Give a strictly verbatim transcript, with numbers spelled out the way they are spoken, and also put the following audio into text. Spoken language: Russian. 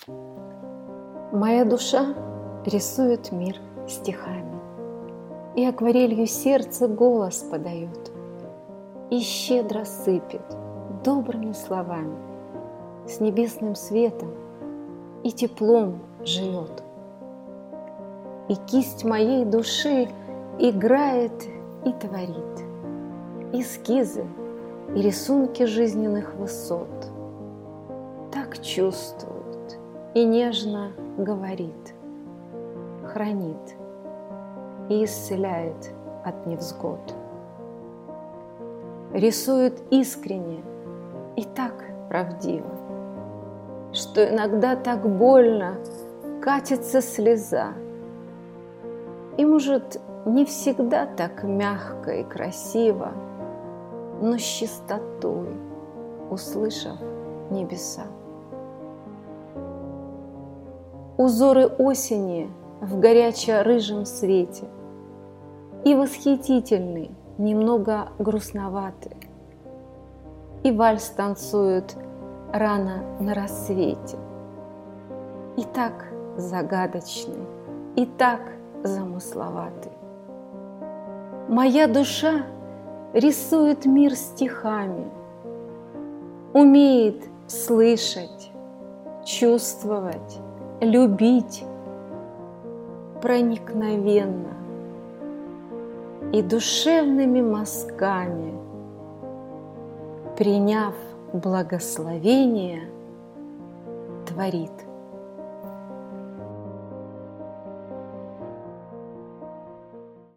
Моя душа рисует мир стихами, и акварелью сердце голос подает, и щедро сыпет добрыми словами, с небесным светом и теплом живет. И кисть моей души играет и творит эскизы и рисунки жизненных высот. Так чувствует и нежно говорит, хранит и исцеляет от невзгод. Рисует искренне и так правдиво, что иногда так больно катится слеза. И, может, не всегда так мягко и красиво, но с чистотой, услышав небеса. Узоры осени в горячо-рыжем свете и восхитительный, немного грустноватый, и вальс танцует рано на рассвете, и так загадочный, и так замысловатый. Моя душа рисует мир стихами, умеет слышать, чувствовать, любить проникновенно и душевными мазками, приняв благословение, творит.